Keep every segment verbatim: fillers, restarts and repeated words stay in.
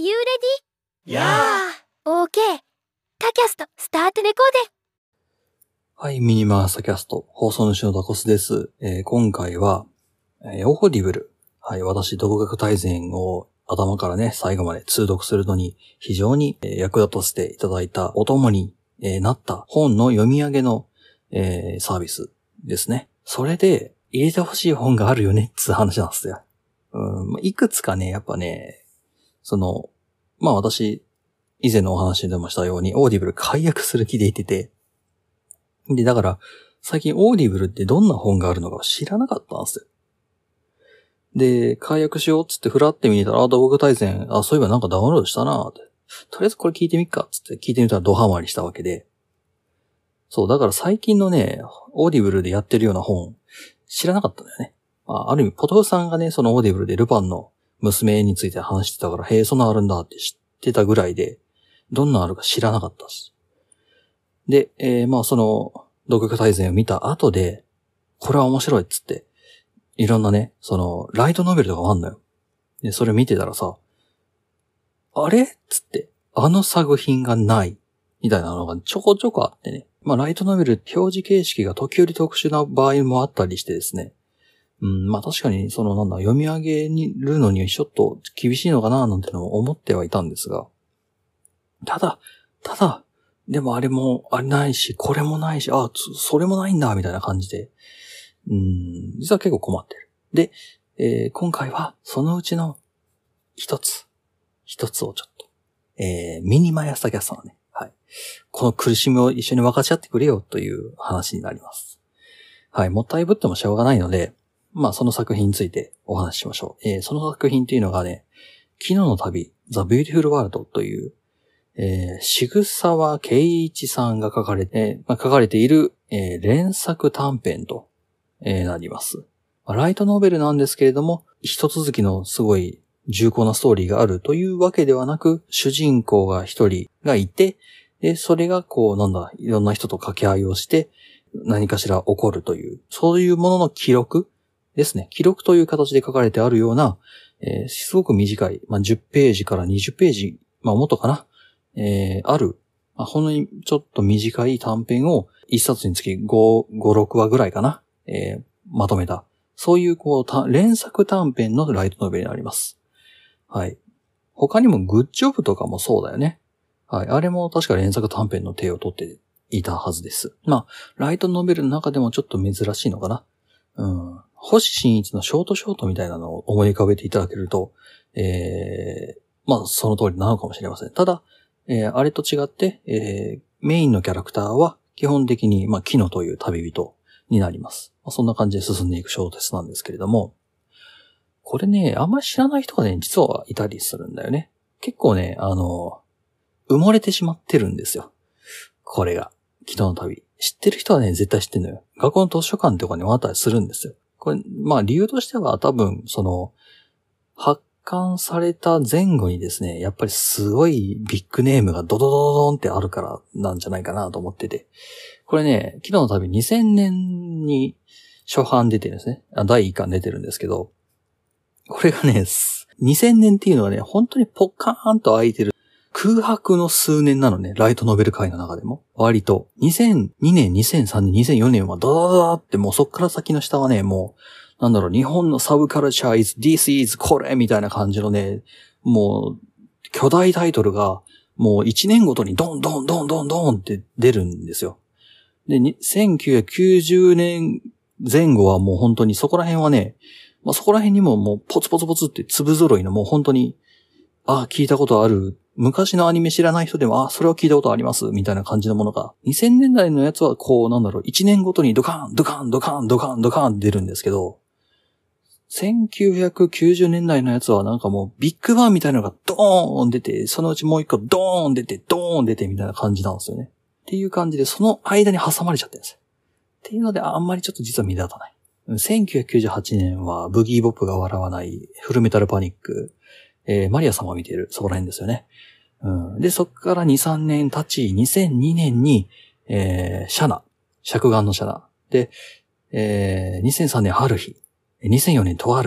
you ready? やー OK タキャストスタートレコーデはい、ミニマースタキャスト、放送主のタコスです。えー、今回は、えー、オーディブル。はい、私、独学大全を頭からね、最後まで通読するのに非常に役立たせていただいたお供になった本の読み上げの、えー、サービスですね。それで入れてほしい本があるよねって話なんですよ。うん、いくつかね、やっぱね、その、まあ私、以前のお話でもしたように、オーディブル解約する気でいてて、で、だから、最近オーディブルってどんな本があるのか知らなかったんですよ。で、解約しようっつってフラって見たら、あ、独学大全、あ、そういえばなんかダウンロードしたなーって。とりあえずこれ聞いてみっかっつって聞いてみたらドハマりしたわけで。そう、だから最近のね、オーディブルでやってるような本、知らなかったんだよね。まあ、ある意味、ポトフさんがね、そのオーディブルでルパンの娘について話してたから、へえ、そんなあるんだって知ってたぐらいで、どんなあるか知らなかったし。で、えー、まあその、独学大全を見た後で、これは面白いっつって、いろんなね、その、ライトノベルとかもあんのよ。で、それ見てたらさ、あれっつって、あの作品がない、みたいなのがちょこちょこあってね。まあライトノベル表示形式が時折特殊な場合もあったりしてですね。うん、まあ確かに、そのなんだ、読み上げるのにちょっと厳しいのかななんてのも思ってはいたんですが、ただ、ただ、でもあれもあれないし、これもないし、あ、それもないんだ、みたいな感じで、うーん、実は結構困ってる。で、えー、今回はそのうちの一つ、一つをちょっと、えー、ミニマイアスタキャストのね、はい。この苦しみを一緒に分かち合ってくれよという話になります。はい、もったいぶってもしょうがないので、まあその作品についてお話ししましょう。えー、その作品っていうのがね、昨日の旅、The Beautiful World という、えー、渋沢圭一さんが書かれて、まあ、書かれている、えー、連作短編と、えー、なります。まあ、ライトノベルなんですけれども、一続きのすごい重厚なストーリーがあるというわけではなく、主人公が一人がいて、で、それがこう、なんだ、いろんな人と掛け合いをして、何かしら起こるという、そういうものの記録ですね。記録という形で書かれてあるような、えー、すごく短い、まあ、じゅっページからにじゅっページ、まあ、もっとかな。えー、ある、まあ、ほんのにちょっと短い短編を一冊につきご、ご、ろくわぐらいかな、えー、まとめた。そういうこう、連作短編のライトノベルになります。はい。他にもグッジョブとかもそうだよね。はい。あれも確か連作短編の手を取っていたはずです。まあ、ライトノベルの中でもちょっと珍しいのかな。うん。星新一のショートショートみたいなのを思い浮かべていただけると、えー、まあ、その通りなのかもしれません。ただ、えー、あれと違って、えー、メインのキャラクターは基本的に、まあ、キノという旅人になります。まあ、そんな感じで進んでいく小説なんですけれども、これね、あんまり知らない人がね、実はいたりするんだよね。結構ね、あの、埋もれてしまってるんですよ。これが。キノの旅。知ってる人はね、絶対知ってるのよ。学校の図書館とかにもあったりするんですよ。これ、まあ理由としては多分、その、発刊された前後にですね、やっぱりすごいビッグネームがドドドドドンってあるからなんじゃないかなと思ってて。これね、昨日の旅にせんねんに初版出てるんですね。だいいっかん出てるんですけど、これがね、にせんねんっていうのはね、本当にポッカーンと空いてる空白の数年なのね、ライトノベル界の中でも。割と。にせんにねん、にせんさんねん、にせんよねんはドドドドってもうそっから先の下はね、もう、なんだろう、日本のサブカルチャー is, this is これみたいな感じのね、もう、巨大タイトルが、もういちねんごとにドンドンドンドンドンって出るんですよ。で、せんきゅうひゃくきゅうじゅうねんぜん後はもう本当にそこら辺はね、まあ、そこら辺にももうポツポツポツって粒揃いのもう本当に、ああ、聞いたことある。昔のアニメ知らない人でも、ああ、それは聞いたことあります。みたいな感じのものが。にせんねんだいのやつはこう、なんだろう、いちねんごとにドカーン、ドカーン、ドカーン、ドカーン、ドカーン出るんですけど、せんきゅうひゃくきゅうじゅうねんだいのやつはなんかもうビッグバンみたいなのがドーン出て、そのうちもう一個ドーン出て、ドーン出てみたいな感じなんですよね。っていう感じで、その間に挟まれちゃってるんですよ。っていうので、あんまりちょっと実は目立たない。せんきゅうひゃくきゅうじゅうはちねんはブギーボップが笑わないフルメタルパニック、えー、マリア様を見ている、そこら辺ですよね。うん、で、そこからに、さんねん経ち、にせんにねんに、えー、シャナ、尺眼のシャナ。で、えー、にせんさんねん春日、にせんよねんとある、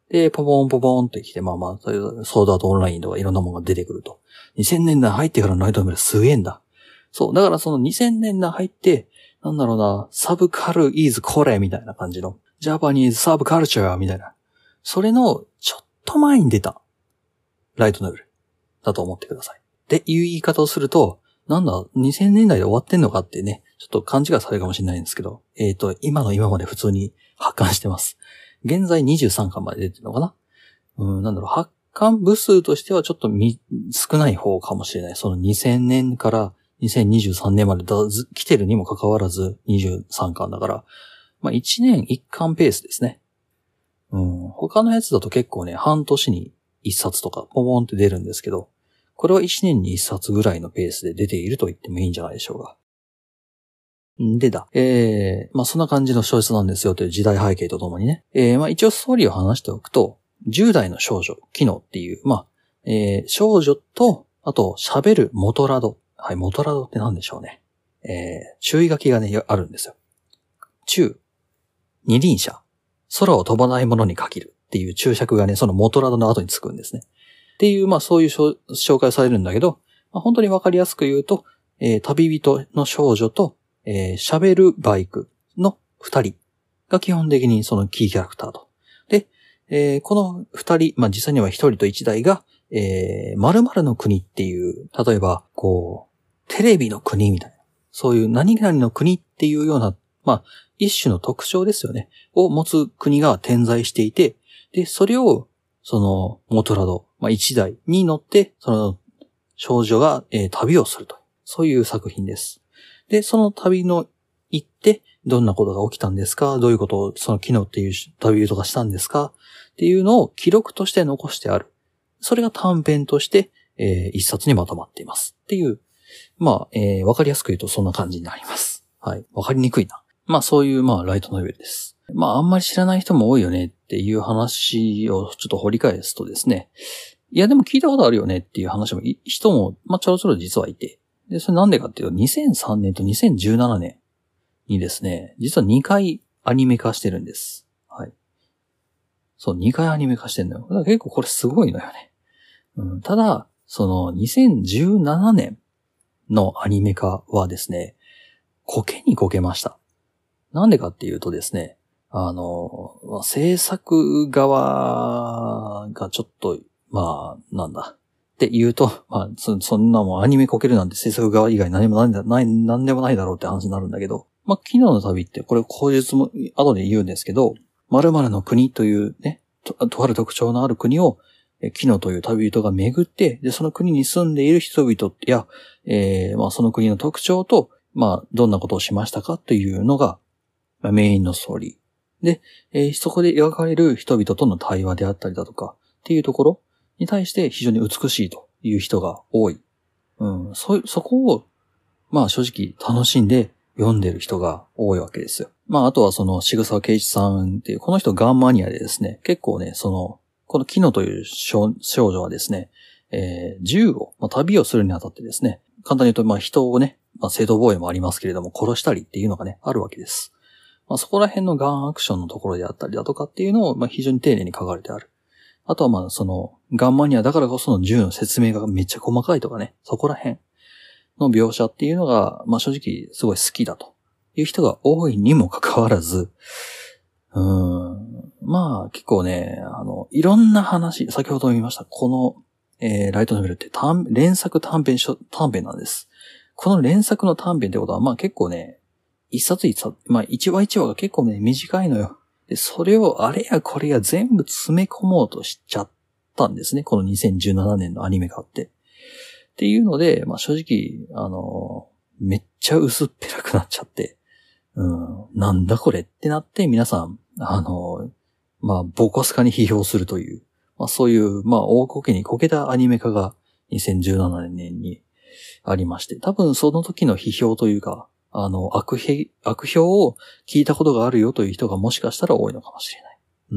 で、ポポンポポンって来て、まあまあ、そういうソードアートオンラインとかいろんなものが出てくると。にせんねんだい入ってからのライトノベルすげえんだ。そう、だからそのにせんねんだい入って、なんだろうな、サブカルイズこれみたいな感じの、ジャパニーズサブカルチャーみたいな。それのちょっと前に出たライトノベルだと思ってください。で、いう言い方をすると、なんだ、にせんねんだいで終わってんのかってね、ちょっと勘違いされるかもしれないんですけど、えっと、今の今まで普通に発刊してます。現在にじゅうさんかんまで出てるのかな？うん、なんだろう、発刊部数としてはちょっとみ少ない方かもしれない。そのにせんねんからにせんにじゅうさんねんまでだず来てるにもかかわらずにじゅうさんかんだから、まあいちねんいっかんペースですね。うん、他のやつだと結構ね、半年にいっさつとかポポンって出るんですけど、これはいちねんにいっさつぐらいのペースで出ていると言ってもいいんじゃないでしょうか。んでだ。えー、まあそんな感じの小説なんですよという時代背景とともにね。えー、まあ一応ストーリーを話しておくと、じゅう代の少女、キノっていう、まあ、えー、少女と、あと喋る元ラド。はい、元ラドって何でしょうね。えー、注意書きがね、あるんですよ。中、二輪車、空を飛ばないものに限るっていう注釈がね、その元ラドの後につくんですね。っていう、まあそういう紹介されるんだけど、まあ、本当にわかりやすく言うと、えー、旅人の少女と、えー、喋るバイクの二人が基本的にそのキーキャラクターと。で、えー、この二人、まあ実際には一人と一台が、えー、〇〇の国っていう、例えば、こう、テレビの国みたいな、そういう何々の国っていうような、まあ、一種の特徴ですよね、を持つ国が点在していて、で、それを、その、元ラド、まあ一台に乗って、その、少女が、えー、旅をすると。そういう作品です。で、その旅の行って、どんなことが起きたんですか？どういうことを、その昨日っていう旅人がしたんですか？っていうのを記録として残してある。それが短編として、えー、一冊にまとまっています。っていう、まあ、えー、わかりやすく言うとそんな感じになります。はい。わかりにくいな。まあ、そういう、まあ、ライトノベルです。まあ、あんまり知らない人も多いよねっていう話をちょっと掘り返すとですね、いや、でも聞いたことあるよねっていう話も、人も、まあ、ちょろちょろ実はいて、で、それなんでかっていうと、にせんさんねんとにせんじゅうななねんにですね、実はにかいアニメ化してるんです。はい。そう、にかいアニメ化してるのよ。だから結構これすごいのよね。うん、ただ、そのにせんじゅうななねんのアニメ化はですね、こけにこけました。なんでかっていうとですね、あの、制作側がちょっと、まあ、なんだ。って言うと、まあ、そ, そんなもんアニメこけるなんて制作側以外何もないんだ、ない、何でもないだろうって話になるんだけど、まあ、昨日の旅って、これ口述も後で言うんですけど、〇〇の国というね、と、とある特徴のある国を、キノという旅人が巡って、で、その国に住んでいる人々や、えー、まあ、その国の特徴と、まあ、どんなことをしましたかというのが、まあ、メインのストーリー。で、えー、そこで描かれる人々との対話であったりだとか、っていうところに対して非常に美しいという人が多い。うん、そ、そこを、まあ正直楽しんで読んでる人が多いわけですよ。まああとはその、渋沢圭一さんっていう、この人ガンマニアでですね、結構ね、その、このキノという少女はですね、えー、銃を、まあ、旅をするにあたってですね、簡単に言うと、まあ人をね、まあ正当防衛もありますけれども、殺したりっていうのがね、あるわけです。まあそこら辺のガンアクションのところであったりだとかっていうのを、まあ非常に丁寧に書かれてある。あとはまあその、ガンマニアだからこその銃の説明がめっちゃ細かいとかね、そこら辺の描写っていうのが、まあ正直すごい好きだという人が多いにもかかわらず、うーん、まあ結構ね、あの、いろんな話、先ほども言いました、この、えー、ライトノベルって短連作短編短編なんです。この連作の短編ってことは、まあ結構ね、一冊一冊、まあ一話一話が結構ね、短いのよ。で、それをあれやこれや全部詰め込もうとしちゃったんですね。このにせんじゅうななねんのアニメ化って。っていうので、まあ正直、あの、めっちゃ薄っぺらくなっちゃって、うん、なんだこれってなって皆さん、あの、まあボコスカに批評するという、まあそういう、まあ大こけにこけたアニメ化がにせんじゅうななねんにありまして、多分その時の批評というか、あの、悪評、悪評を聞いたことがあるよという人がもしかしたら多いのかもしれない。うん。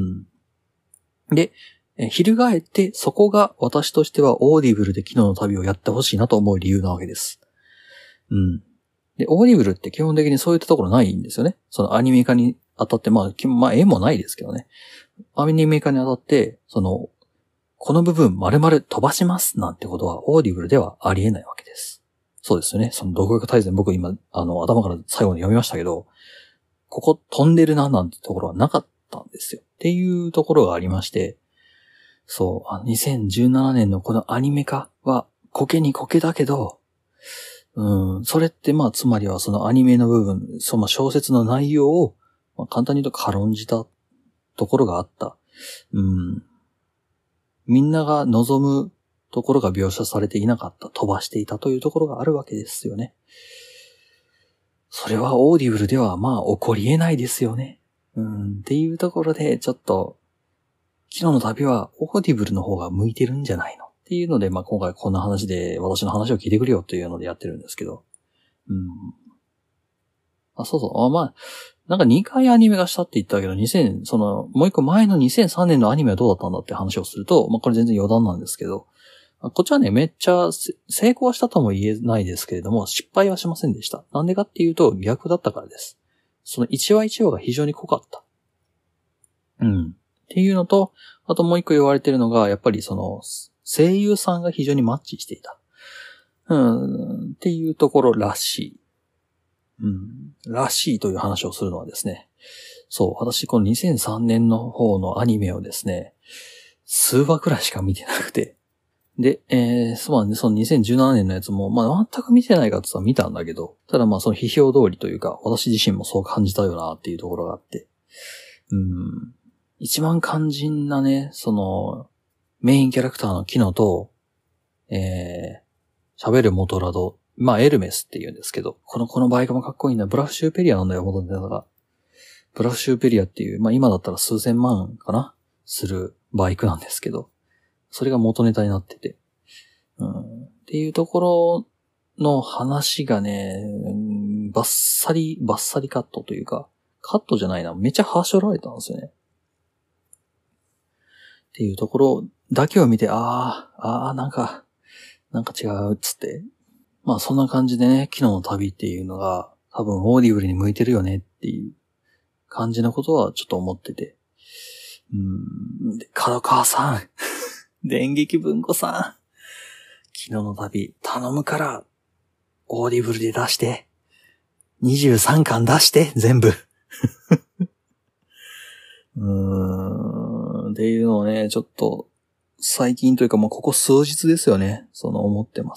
で、え翻ってそこが私としてはオーディブルで昨日の旅をやってほしいなと思う理由なわけです。うん。で、オーディブルって基本的にそういったところないんですよね。そのアニメ化にあたって、まあ、まあ、絵もないですけどね。 アニメ化にあたって、その、この部分丸々飛ばしますなんてことはオーディブルではありえないわけです。そうですよね。その独学大全僕今、あの、頭から最後に読みましたけど、ここ飛んでるななんてところはなかったんですよ。っていうところがありまして、そう、あにせんじゅうななねんのこのアニメ化は、コケにコケだけど、うん、それってまあつまりはそのアニメの部分、その小説の内容を、まあ、簡単に言うと軽んじたところがあった。うん、みんなが望むところが描写されていなかった、飛ばしていたというところがあるわけですよね。それはオーディブルではまあ起こり得ないですよね。うん、っていうところでちょっと、昨日の旅はオーディブルの方が向いてるんじゃないのっていうので、まあ今回こんな話で私の話を聞いてくれよというのでやってるんですけど。うん。あ、そうそう。あ、まあ、なんかにかいアニメがしたって言ったけど、にせん、その、もう一個前のにせんさんねんのアニメはどうだったんだって話をすると、まあこれ全然余談なんですけど、こっちはね、めっちゃ成功したとも言えないですけれども、失敗はしませんでした。なんでかっていうと逆だったからです。そのいちわいちわが非常に濃かった。うん。っていうのと、あともう一個言われてるのが、やっぱりその、声優さんが非常にマッチしていた。うん、っていうところらしい。うん、らしいという話をするのはですね。そう、私このにせんさんねんの方のアニメをですね、数話くらいしか見てなくて。で、えー、そうなんで、そのにせんじゅうななねんのやつも、まあ全く見てないかって言ったら見たんだけど、ただまあその批評通りというか、私自身もそう感じたよなっていうところがあって。うん。一番肝心なね、その、メインキャラクターのキノと、えー、喋るモトラド、まあエルメスって言うんですけど、この、このバイクもかっこいいな。ブラフシューペリアなんだよ、元ネタが。ブラフシューペリアっていう、まあ今だったら数千万かなするバイクなんですけど、それが元ネタになってて。うん、っていうところの話がね、バッサリ、バッサリカットというか、カットじゃないな、めっちゃはしょられたんですよね。っていうところだけを見て、ああ、ああ、なんか、なんか違うっつって。まあそんな感じでね、昨日の旅っていうのが多分オーディブルに向いてるよねっていう感じのことはちょっと思ってて。うーん、で、角川さん、電撃文庫さん、昨日の旅頼むから、オーディブルで出して、にじゅうさんかん出して、全部。うーん、っていうのをね、ちょっと、最近というかもうここ数日ですよね。その思ってます。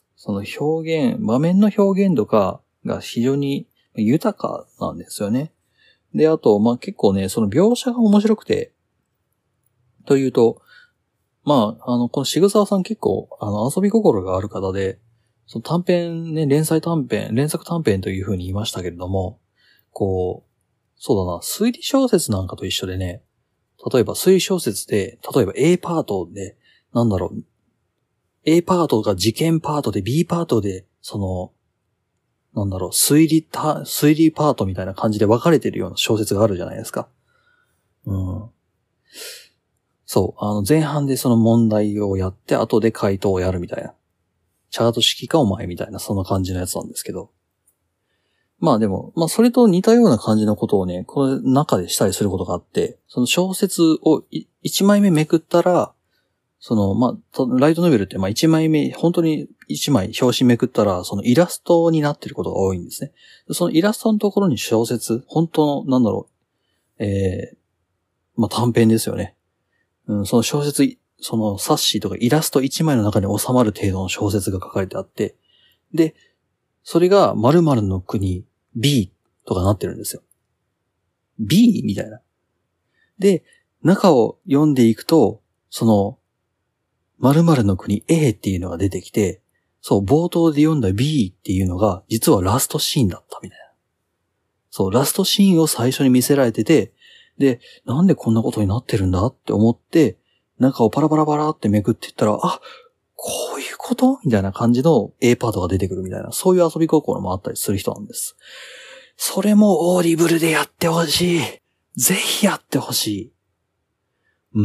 その表現、場面の表現とかが非常に豊かなんですよね。で、あと、まあ結構ね、その描写が面白くて、というと、まあ、あの、この渋沢さん結構、あの、遊び心がある方で、その短編ね、連載短編、連作短編という風に言いましたけれども、こう、そうだな、推理小説なんかと一緒でね、例えば推理小説で、例えば A パートで、なんだろう、A パートが事件パートで B パートで、その、なんだろう、推理た、推理パートみたいな感じで分かれてるような小説があるじゃないですか。うん。そう、あの前半でその問題をやって、後で回答をやるみたいな。チャート式かお前みたいな、そんな感じのやつなんですけど。まあでも、まあそれと似たような感じのことをね、この中でしたりすることがあって、その小説をいちまいめめくったら、その、まあ、ライトノベルってまあいちまいめ、本当にいちまい表紙めくったら、そのイラストになってることが多いんですね。そのイラストのところに小説、本当の、なんだろう、えー、まあ短編ですよね。うん、その小説、その冊子とかイラストいちまいの中に収まる程度の小説が書かれてあって、で、それが〇〇の国 B とかなってるんですよ。B? みたいな。で、中を読んでいくと、その、〇〇の国 A っていうのが出てきて、そう、冒頭で読んだ B っていうのが、実はラストシーンだったみたいな。そう、ラストシーンを最初に見せられてて、で、なんでこんなことになってるんだって思って、中をパラパラパラってめくっていったら、あ、こういうことみたいな感じの A パートが出てくるみたいな、そういう遊び心もあったりする人なんです。それもオーディブルでやってほしい。ぜひやってほしい。うん。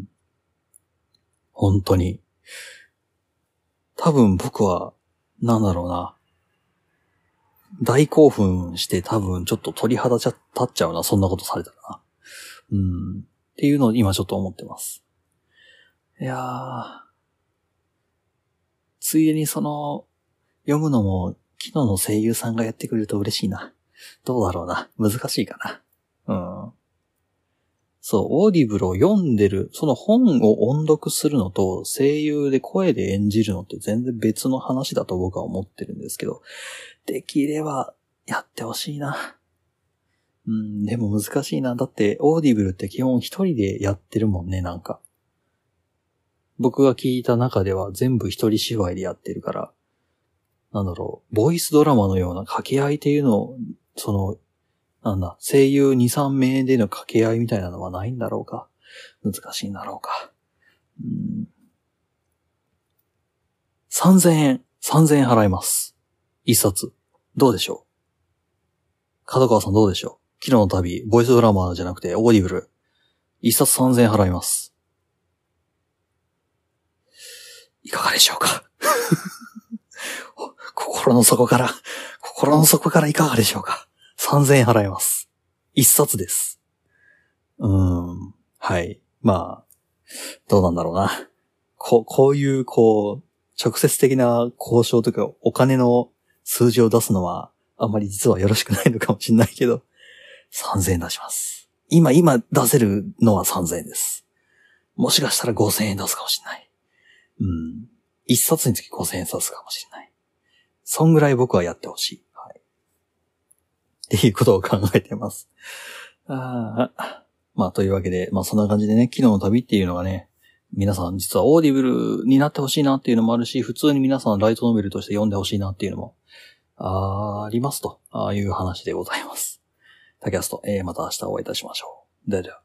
本当に。多分僕は、なんだろうな。大興奮して多分ちょっと鳥肌立っちゃうな、そんなことされたらな。うん。 っていうのを今ちょっと思ってます。いやー、ついでにその、読むのも、昨日の声優さんがやってくれると嬉しいな。どうだろうな。難しいかな。うん。そう、オーディブルを読んでる、その本を音読するのと声優で声で演じるのって全然別の話だと僕は思ってるんですけど、できればやってほしいな。うん、でも難しいな。だって、オーディブルって基本一人でやってるもんね、なんか。僕が聞いた中では全部一人芝居でやってるから、なんだろう、ボイスドラマのような掛け合いっていうのを、その、なんだ、声優に、さん名での掛け合いみたいなのはないんだろうか。難しいんだろうか。うん、さんぜんえん、さんぜんえん払います。一冊。どうでしょう？角川さんどうでしょう？昨日の旅、ボイスドラマじゃなくてオーディブル。一冊さんぜんえん払います。いかがでしょうか？心の底から、心の底からいかがでしょうか？さんぜんえん払います。一冊です。うーん。はい。まあ、どうなんだろうな。こう、こういう、こう、直接的な交渉とかお金の数字を出すのは、あんまり実はよろしくないのかもしれないけど、さんぜんえん出します。今、今出せるのはさんぜんえんです。もしかしたらごせんえん出すかもしれない。うん。一冊につきごせんえん出すかもしれない。そんぐらい僕はやってほしい。はい。っていうことを考えてます。ああ。まあ、というわけで、まあそんな感じでね、昨日の旅っていうのがね、皆さん実はオーディブルになってほしいなっていうのもあるし、普通に皆さんライトノベルとして読んでほしいなっていうのも、あ, ありますと、ああいう話でございます。タキャスト、えー、また明日お会いいたしましょう。ではでは。